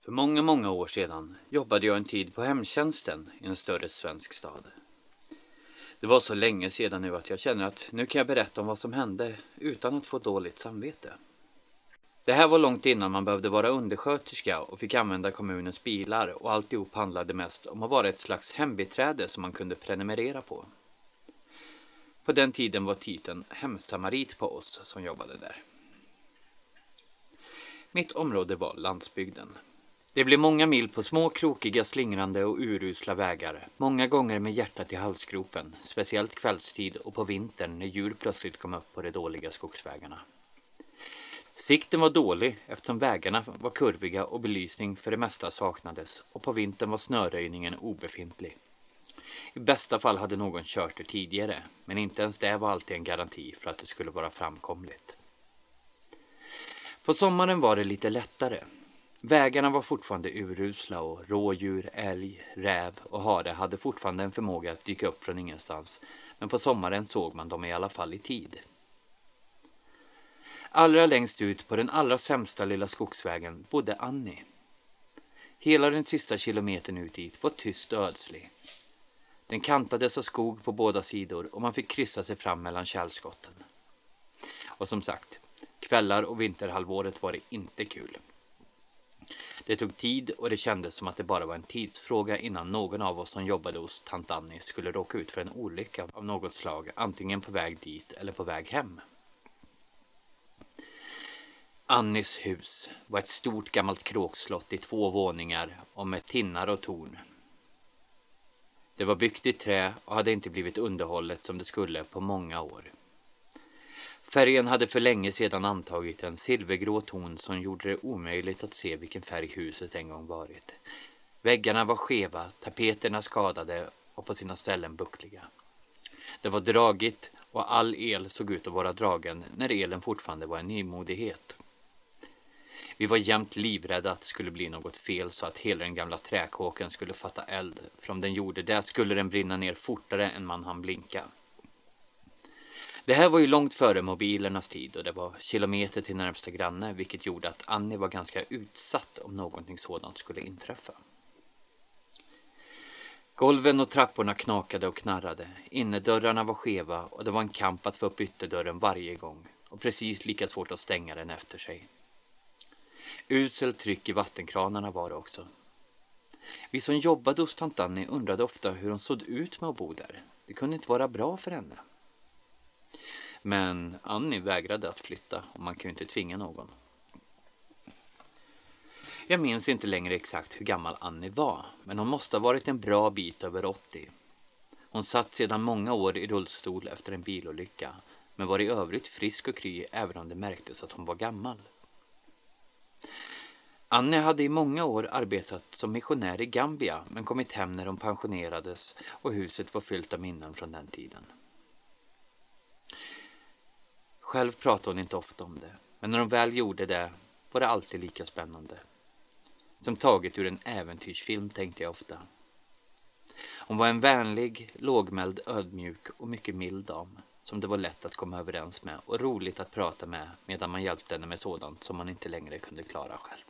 För många år sedan jobbade jag en tid på hemtjänsten i en större svensk stad. Det var så länge sedan nu att jag känner att nu kan jag berätta om vad som hände utan att få dåligt samvete. Det här var långt innan man behövde vara undersköterska och fick använda kommunens bilar, och alltihop handlade mest om att vara ett slags hembiträde som man kunde prenumerera på. På den tiden var titeln hemsamarit på oss som jobbade där. Mitt område var landsbygden. Det blev många mil på små, krokiga, slingrande och urusla vägar. Många gånger med hjärtat i halsgropen, speciellt kvällstid och på vintern när djur plötsligt kom upp på de dåliga skogsvägarna. Sikten var dålig eftersom vägarna var kurviga och belysning för det mesta saknades, och på vintern var snöröjningen obefintlig. I bästa fall hade någon kört det tidigare, men inte ens det var alltid en garanti för att det skulle vara framkomligt. På sommaren var det lite lättare. Vägarna var fortfarande urusla och rådjur, älg, räv och hare hade fortfarande en förmåga att dyka upp från ingenstans, men på sommaren såg man dem i alla fall i tid. Allra längst ut på den allra sämsta lilla skogsvägen bodde Annie. Hela den sista kilometern ut dit var tyst och ödslig. Den kantades av skog på båda sidor och man fick kryssa sig fram mellan källskotten. Och som sagt, kvällar och vinterhalvåret var det inte kul. Det tog tid och det kändes som att det bara var en tidsfråga innan någon av oss som jobbade hos tant Annie skulle råka ut för en olycka av något slag, antingen på väg dit eller på väg hem. Annies hus var ett stort gammalt kråkslott i 2 våningar och med tinnar och torn. Det var byggt i trä och hade inte blivit underhållet som det skulle på många år. Färgen hade för länge sedan antagit en silvergrå ton som gjorde det omöjligt att se vilken färg huset en gång varit. Väggarna var skeva, tapeterna skadade och på sina ställen buckliga. Det var dragigt och all el såg ut att vara dragen när elen fortfarande var en nymodighet. Vi var jämt livrädda att det skulle bli något fel så att hela den gamla träkåken skulle fatta eld. För om den gjorde det skulle den brinna ner fortare än man hann blinka. Det här var ju långt före mobilernas tid och det var kilometer till närmsta granne, vilket gjorde att Annie var ganska utsatt om någonting sådant skulle inträffa. Golven och trapporna knakade och knarrade, innedörrarna var skeva och det var en kamp att få upp ytterdörren varje gång och precis lika svårt att stänga den efter sig. Uselt tryck i vattenkranarna var det också. Vi som jobbade hos tant Annie undrade ofta hur hon såg ut med att bo där. Det kunde inte vara bra för henne. Men Annie vägrade att flytta och man kunde inte tvinga någon. Jag minns inte längre exakt hur gammal Annie var, men hon måste ha varit en bra bit över 80. Hon satt sedan många år i rullstol efter en bilolycka, men var i övrigt frisk och kry även om det märktes att hon var gammal. Annie hade i många år arbetat som missionär i Gambia men kommit hem när hon pensionerades och huset var fyllt av minnen från den tiden. Själv pratade hon inte ofta om det, men när hon väl gjorde det var det alltid lika spännande. Som taget ur en äventyrsfilm, tänkte jag ofta. Hon var en vänlig, lågmäld, ödmjuk och mycket mild dam som det var lätt att komma överens med och roligt att prata med medan man hjälpte henne med sådant som man inte längre kunde klara själv.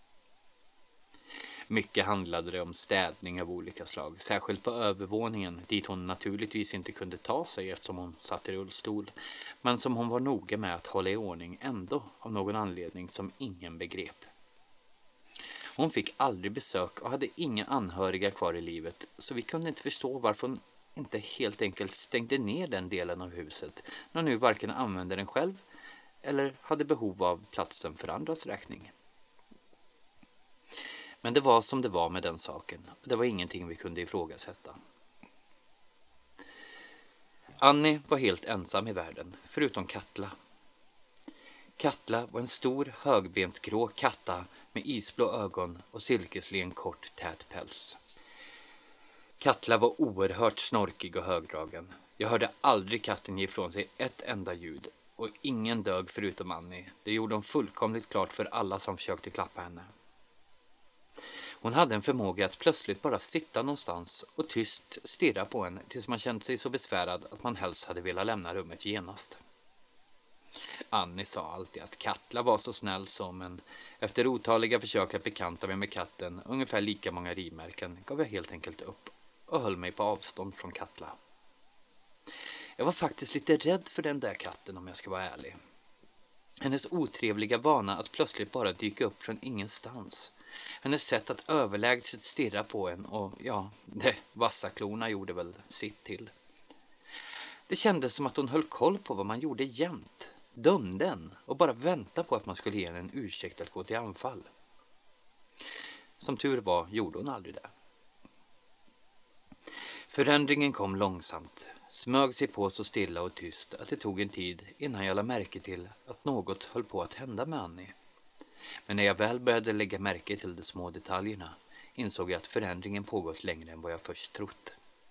Mycket handlade det om städning av olika slag, särskilt på övervåningen dit hon naturligtvis inte kunde ta sig eftersom hon satt i rullstol, men som hon var noga med att hålla i ordning ändå av någon anledning som ingen begrep. Hon fick aldrig besök och hade inga anhöriga kvar i livet, så vi kunde inte förstå varför hon inte helt enkelt stängde ner den delen av huset när hon nu varken använde den själv eller hade behov av platsen för andras räkning. Men det var som det var med den saken. Det var ingenting vi kunde ifrågasätta. Annie var helt ensam i världen, förutom Katla. Katla var en stor, högbent grå katta med isblå ögon och silkeslen kort, tät päls. Katla var oerhört snorkig och högdragen. Jag hörde aldrig katten ge ifrån sig ett enda ljud och ingen dög förutom Annie. Det gjorde hon fullkomligt klart för alla som försökte klappa henne. Hon hade en förmåga att plötsligt bara sitta någonstans och tyst stirra på en tills man kände sig så besvärad att man helst hade velat lämna rummet genast. Annie sa alltid att Katla var så snäll som, men efter otaliga försök att bekanta mig med katten, ungefär lika många rivmärken, gav jag helt enkelt upp och höll mig på avstånd från Katla. Jag var faktiskt lite rädd för den där katten om jag ska vara ärlig. Hennes otrevliga vana att plötsligt bara dyka upp från ingenstans. Hennes sätt att överlägset stirra på en och ja, det vassa klorna gjorde väl sitt till. Det kändes som att hon höll koll på vad man gjorde jämt, dömde en och bara väntade på att man skulle ge en ursäkt att gå till anfall. Som tur var gjorde hon aldrig det. Förändringen kom långsamt, smög sig på så stilla och tyst att det tog en tid innan jag lade märke till att något höll på att hända med Annie. Men när jag väl började lägga märke till de små detaljerna insåg jag att förändringen pågått längre än vad jag först trott.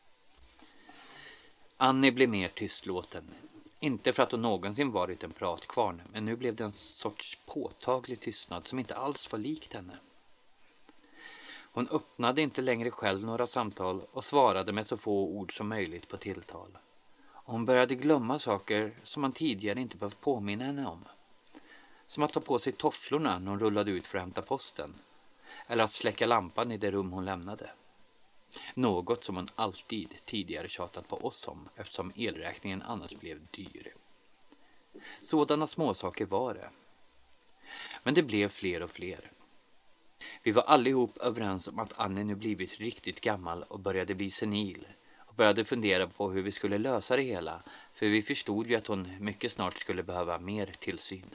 Annie blev mer tystlåten. Inte för att hon någonsin varit en pratkvarn, men nu blev det en sorts påtaglig tystnad som inte alls var likt henne. Hon öppnade inte längre själv några samtal och svarade med så få ord som möjligt på tilltal. Hon började glömma saker som man tidigare inte behövt påminna henne om. Som att ta på sig tofflorna när hon rullade ut för att hämta posten. Eller att släcka lampan i det rum hon lämnade. Något som hon alltid tidigare tjatat på oss om eftersom elräkningen annars blev dyr. Sådana småsaker var det. Men det blev fler och fler. Vi var allihop överens om att Annie nu blivit riktigt gammal och började bli senil. Och började fundera på hur vi skulle lösa det hela. För vi förstod ju att hon mycket snart skulle behöva mer tillsyn.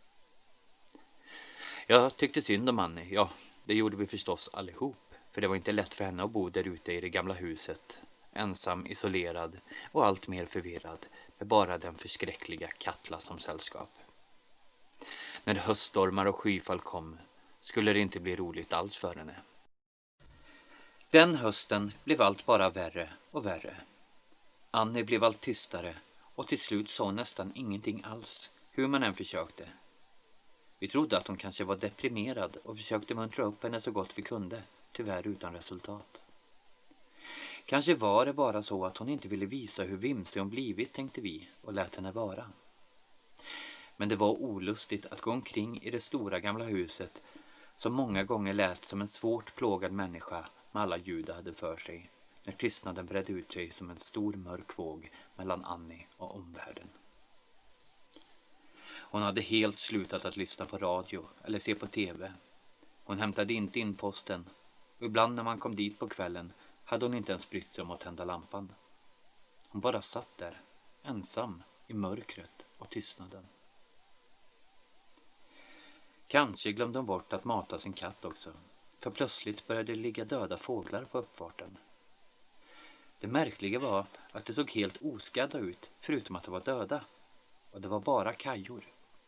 Jag tyckte synd om Annie, ja, det gjorde vi förstås allihop. För det var inte lätt för henne att bo där ute i det gamla huset. Ensam, isolerad och allt mer förvirrad. Med bara den förskräckliga Katla som sällskap. När höststormar och skyfall kom skulle det inte bli roligt alls för henne. Den hösten blev allt bara värre och värre. Annie blev allt tystare och till slut sa nästan ingenting alls, hur man än försökte. Vi trodde att hon kanske var deprimerad och försökte muntra upp henne så gott vi kunde, tyvärr utan resultat. Kanske var det bara så att hon inte ville visa hur vimsig hon blivit, tänkte vi, och lät henne vara. Men det var olustigt att gå omkring i det stora gamla huset som många gånger lät som en svårt plågad människa med alla ljud hade för sig, när tystnaden bredde ut sig som en stor mörk våg mellan Annie och omvärlden. Hon hade helt slutat att lyssna på radio eller se på tv. Hon hämtade inte in posten och ibland när man kom dit på kvällen hade hon inte ens brytt sig om att tända lampan. Hon bara satt där, ensam i mörkret och tystnaden. Kanske glömde hon bort att mata sin katt också, för plötsligt började det ligga döda fåglar på uppfarten. Det märkliga var att det såg helt oskadda ut förutom att de var döda, och det var bara kajor.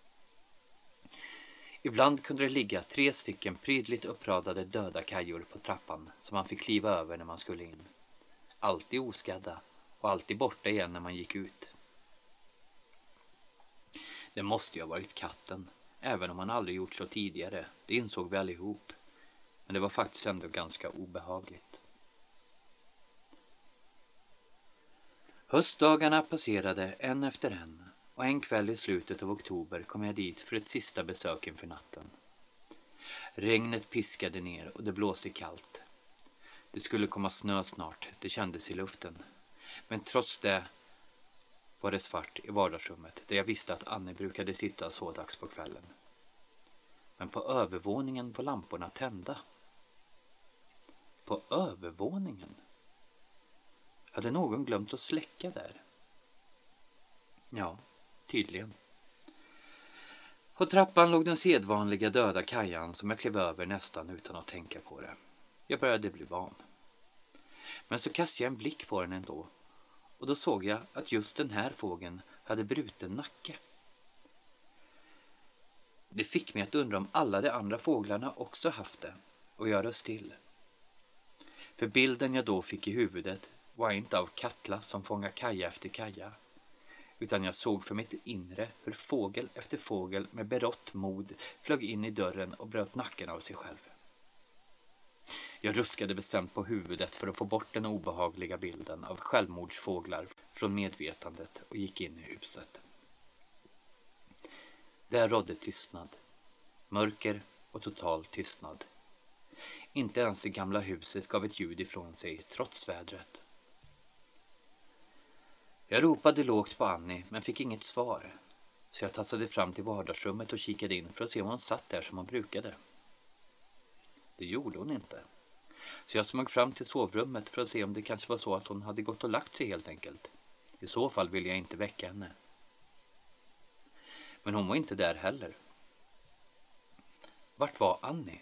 Ibland kunde det ligga 3 stycken prydligt uppradade döda kajor på trappan som man fick kliva över när man skulle in. Alltid oskadda och alltid borta igen när man gick ut. Det måste ju ha varit katten, även om man aldrig gjort så tidigare. Det insåg vi allihop. Men det var faktiskt ändå ganska obehagligt. Höstdagarna passerade en efter en. Och en kväll i slutet av oktober kom jag dit för ett sista besök inför natten. Regnet piskade ner och det blåste kallt. Det skulle komma snö snart, det kändes i luften. Men trots det var det svart i vardagsrummet där jag visste att Annie brukade sitta så dags på kvällen. Men på övervåningen var lamporna tända. På övervåningen? Hade någon glömt att släcka där? Ja, tydligen. På trappan låg den sedvanliga döda kajan som jag klev över nästan utan att tänka på det. Jag började bli van. Men så kastade jag en blick på den ändå. Och då såg jag att just den här fågeln hade bruten nacke. Det fick mig att undra om alla de andra fåglarna också haft det. Och jag röst till. För bilden jag då fick i huvudet var inte av Katla som fångar kaja efter kaja. Utan jag såg för mitt inre hur fågel efter fågel med berått mod flög in i dörren och bröt nacken av sig själv. Jag ruskade bestämt på huvudet för att få bort den obehagliga bilden av självmordsfåglar från medvetandet och gick in i huset. Där rådde tystnad. Mörker och total tystnad. Inte ens det gamla huset gav ett ljud ifrån sig trots vädret. Jag ropade lågt på Annie men fick inget svar. Så jag tassade fram till vardagsrummet och kikade in för att se om hon satt där som hon brukade. Det gjorde hon inte. Så jag smög fram till sovrummet för att se om det kanske var så att hon hade gått och lagt sig helt enkelt. I så fall ville jag inte väcka henne. Men hon var inte där heller. Vart var Annie?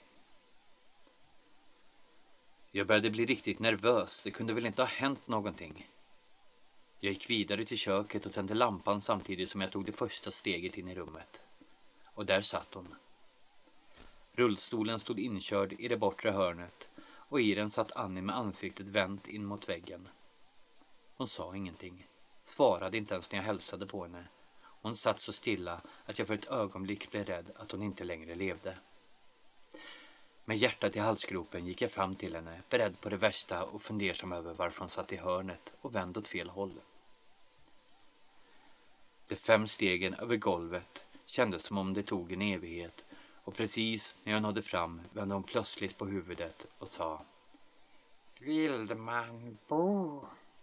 Jag började bli riktigt nervös. Det kunde väl inte ha hänt någonting. Jag gick vidare till köket och tände lampan samtidigt som jag tog det första steget in i rummet. Och där satt hon. Rullstolen stod inkörd i det bortre hörnet och i den satt Annie med ansiktet vänt in mot väggen. Hon sa ingenting. Svarade inte ens när jag hälsade på henne. Hon satt så stilla att jag för ett ögonblick blev rädd att hon inte längre levde. Med hjärtat i halsgropen gick jag fram till henne, beredd på det värsta och fundersam över varför hon satt i hörnet och vänd åt fel håll. De 5 stegen över golvet kändes som om det tog en evighet och precis när jag nådde fram vände hon plötsligt på huvudet och sa: "Vill man bo?"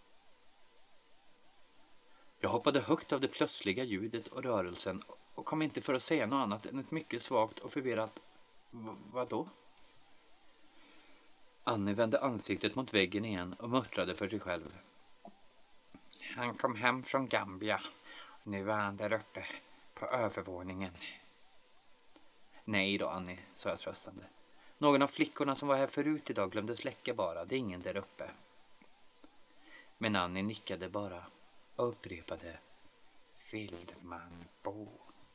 Jag hoppade högt av det plötsliga ljudet och rörelsen och kom inte för att säga något annat än ett mycket svagt och förvirrat "Vadå?" Annie vände ansiktet mot väggen igen och muttrade för sig själv. "Han kom hem från Gambia. Nu är han där uppe på övervåningen." "Nej då, Annie", sa jag tröstande. "Någon av flickorna som var här förut idag glömde släcka bara. Det är ingen där uppe." Men Annie nickade bara och upprepade: "Vill man bo?"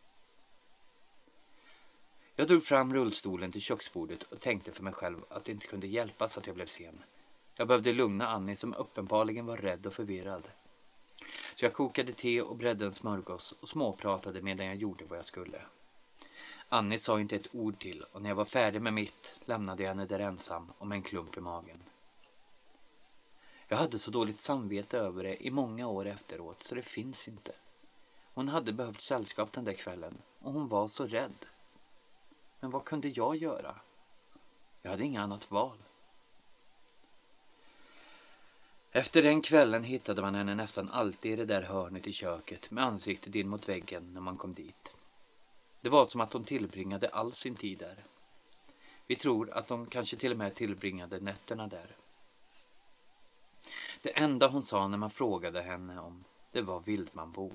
Jag drog fram rullstolen till köksbordet och tänkte för mig själv att det inte kunde hjälpas att jag blev sen. Jag behövde lugna Annie som uppenbarligen var rädd och förvirrad. Så jag kokade te och bredde en smörgås och småpratade medan jag gjorde vad jag skulle. Annie sa inte ett ord till och när jag var färdig med mitt lämnade jag henne där ensam och med en klump i magen. Jag hade så dåligt samvete över det i många år efteråt så det finns inte. Hon hade behövt sällskap den där kvällen och hon var så rädd. Men vad kunde jag göra? Jag hade inget annat val. Efter den kvällen hittade man henne nästan alltid i det där hörnet i köket med ansiktet in mot väggen när man kom dit. Det var som att hon tillbringade all sin tid där. Vi tror att hon kanske till och med tillbringade nätterna där. Det enda hon sa när man frågade henne om det var Vildmanbo.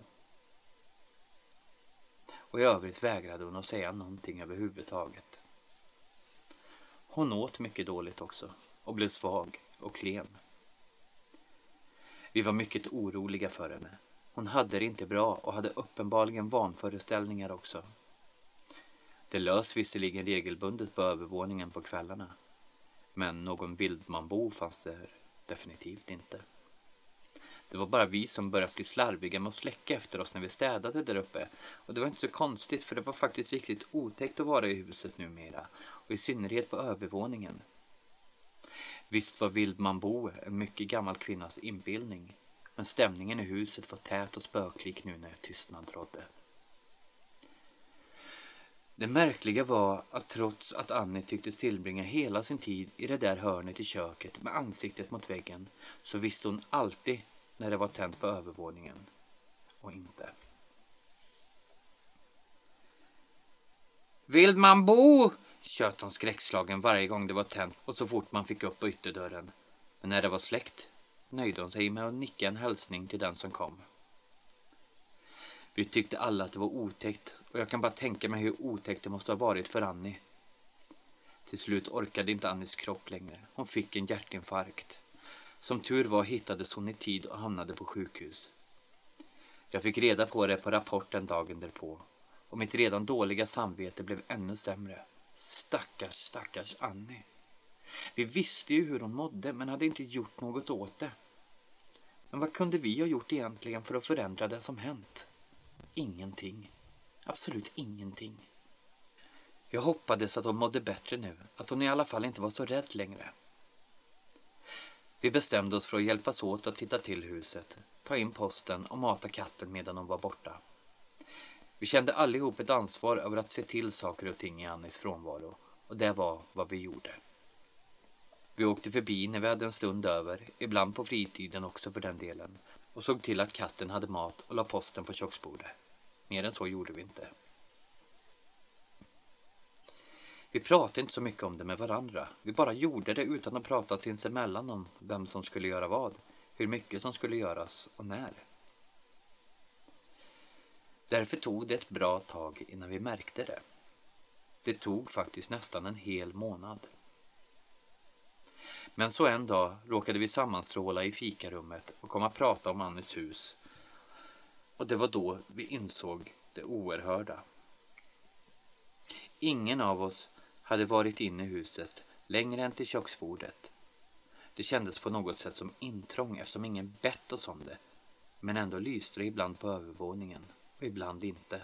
Och i övrigt vägrade hon att säga någonting överhuvudtaget. Hon åt mycket dåligt också och blev svag och klen. Vi var mycket oroliga för henne. Hon hade det inte bra och hade uppenbarligen vanföreställningar också. Det lös visserligen regelbundet på övervåningen på kvällarna. Men någon Vildmanbo fanns där definitivt inte. Det var bara vi som började bli slarviga med att släcka efter oss när vi städade där uppe. Och det var inte så konstigt för det var faktiskt riktigt otäckt att vara i huset numera. Och i synnerhet på övervåningen. Visst var Vildmanbo en mycket gammal kvinnas inbildning. Men stämningen i huset var tät och spöklik nu när tystnad rådde. Det märkliga var att trots att Annie tycktes tillbringa hela sin tid i det där hörnet i köket med ansiktet mot väggen så visste hon alltid när det var tänt på övervåningen och inte. "Vill man bo?" tjöt hon skräckslagen varje gång det var tänt och så fort man fick upp på ytterdörren. Men när det var släckt nöjde hon sig med att nicka en hälsning till den som kom. Vi tyckte alla att det var otäckt och jag kan bara tänka mig hur otäckt det måste ha varit för Annie. Till slut orkade inte Annies kropp längre. Hon fick en hjärtinfarkt. Som tur var hittades hon i tid och hamnade på sjukhus. Jag fick reda på det på rapporten dagen därpå. Och mitt redan dåliga samvete blev ännu sämre. Stackars Annie. Vi visste ju hur hon mådde men hade inte gjort något åt det. Men vad kunde vi ha gjort egentligen för att förändra det som hänt? Ingenting. Absolut ingenting. Jag hoppades att hon mådde bättre nu. Att hon i alla fall inte var så rädd längre. Vi bestämde oss för att hjälpas åt att titta till huset. Ta in posten och mata katten medan hon var borta. Vi kände allihop ett ansvar över att se till saker och ting i Annis frånvaro, och det var vad vi gjorde. Vi åkte förbi när vi hade en stund över, ibland på fritiden också för den delen, och såg till att katten hade mat och la posten på köksbordet. Mer än så gjorde vi inte. Vi pratade inte så mycket om det med varandra. Vi bara gjorde det utan att prata sinsemellan om vem som skulle göra vad, hur mycket som skulle göras och när. Därför tog det ett bra tag innan vi märkte det. Det tog faktiskt nästan en hel månad. Men så en dag råkade vi sammanstråla i fikarummet och komma att prata om Annis hus. Och det var då vi insåg det oerhörda. Ingen av oss hade varit inne i huset längre än till köksbordet. Det kändes på något sätt som intrång eftersom ingen bett oss om det. Men ändå lyste det ibland på övervåningen och ibland inte.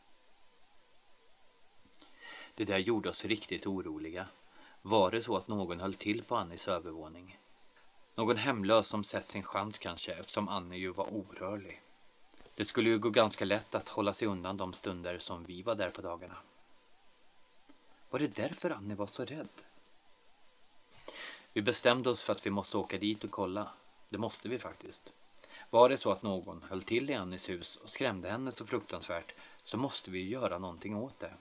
Det där gjorde oss riktigt oroliga. Var det så att någon höll till på Annis övervåning? Någon hemlös som sett sin chans kanske, eftersom Annie ju var orörlig. Det skulle ju gå ganska lätt att hålla sig undan de stunder som vi var där på dagarna. Var det därför Annie var så rädd? Vi bestämde oss för att vi måste åka dit och kolla. Det måste vi faktiskt. Var det så att någon höll till i Annis hus och skrämde henne så fruktansvärt, så måste vi göra någonting åt det.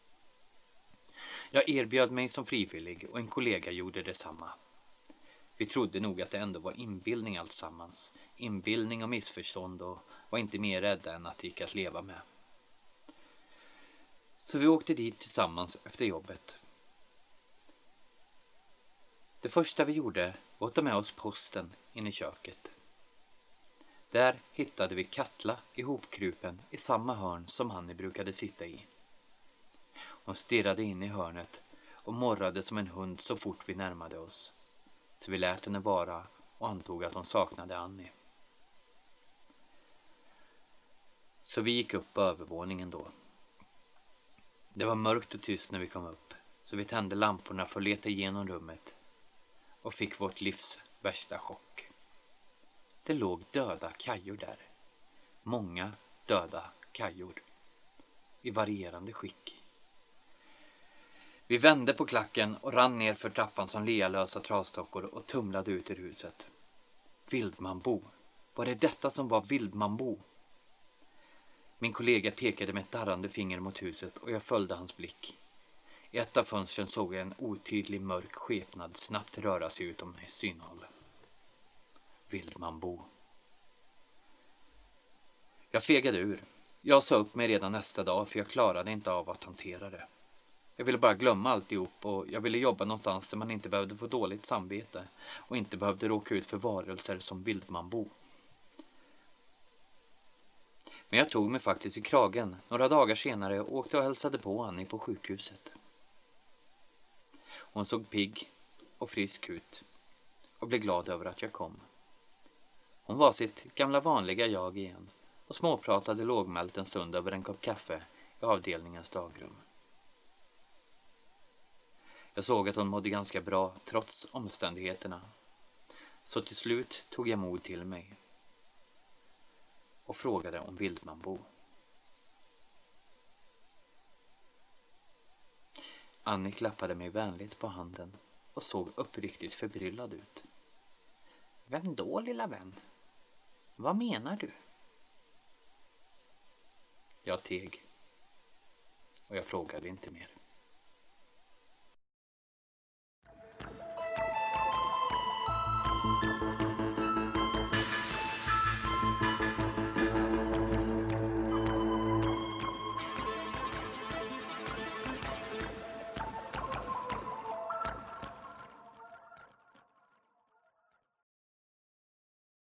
Jag erbjöd mig som frivillig och en kollega gjorde detsamma. Vi trodde nog att det ändå var inbildning alltsammans. Inbildning och missförstånd, och var inte mer rädda än att det gick att leva med. Så vi åkte dit tillsammans efter jobbet. Det första vi gjorde var att ta med oss posten in i köket. Där hittade vi Katla ihopkrupen i samma hörn som Annie brukade sitta i. Hon stirrade in i hörnet och morrade som en hund så fort vi närmade oss. Så vi lät henne vara och antog att hon saknade Annie. Så vi gick upp på övervåningen då. Det var mörkt och tyst när vi kom upp, så vi tände lamporna för att leta igenom rummet och fick vårt livs värsta chock. Det låg döda kajor där. Många döda kajor. I varierande skick. Vi vände på klacken och rann ner för trappan som lealösa trasdockor och tumlade ut ur huset. Vildmanbo. Var det detta som var Vildmanbo? Min kollega pekade med ett darrande finger mot huset och jag följde hans blick. I ett av fönstren såg jag en otydlig mörk skepnad snabbt röra sig utom synhåll. Vildmanbo. Jag fegade ur. Jag sa upp mig redan nästa dag för jag klarade inte av att hantera det. Jag ville bara glömma alltihop och jag ville jobba någonstans där man inte behövde få dåligt samvete och inte behövde råka ut för varelser som Vildmanbo. Men jag tog mig faktiskt i kragen några dagar senare och åkte och hälsade på Annie på sjukhuset. Hon såg pigg och frisk ut och blev glad över att jag kom. Hon var sitt gamla vanliga jag igen och småpratade lågmält en stund över en kopp kaffe i avdelningens dagrum. Jag såg att hon mådde ganska bra trots omständigheterna. Så till slut tog jag mod till mig och frågade om Vildmanbo. Annie klappade mig vänligt på handen och såg uppriktigt förbryllad ut. Vem då, lilla vän? Vad menar du? Jag teg och jag frågade inte mer.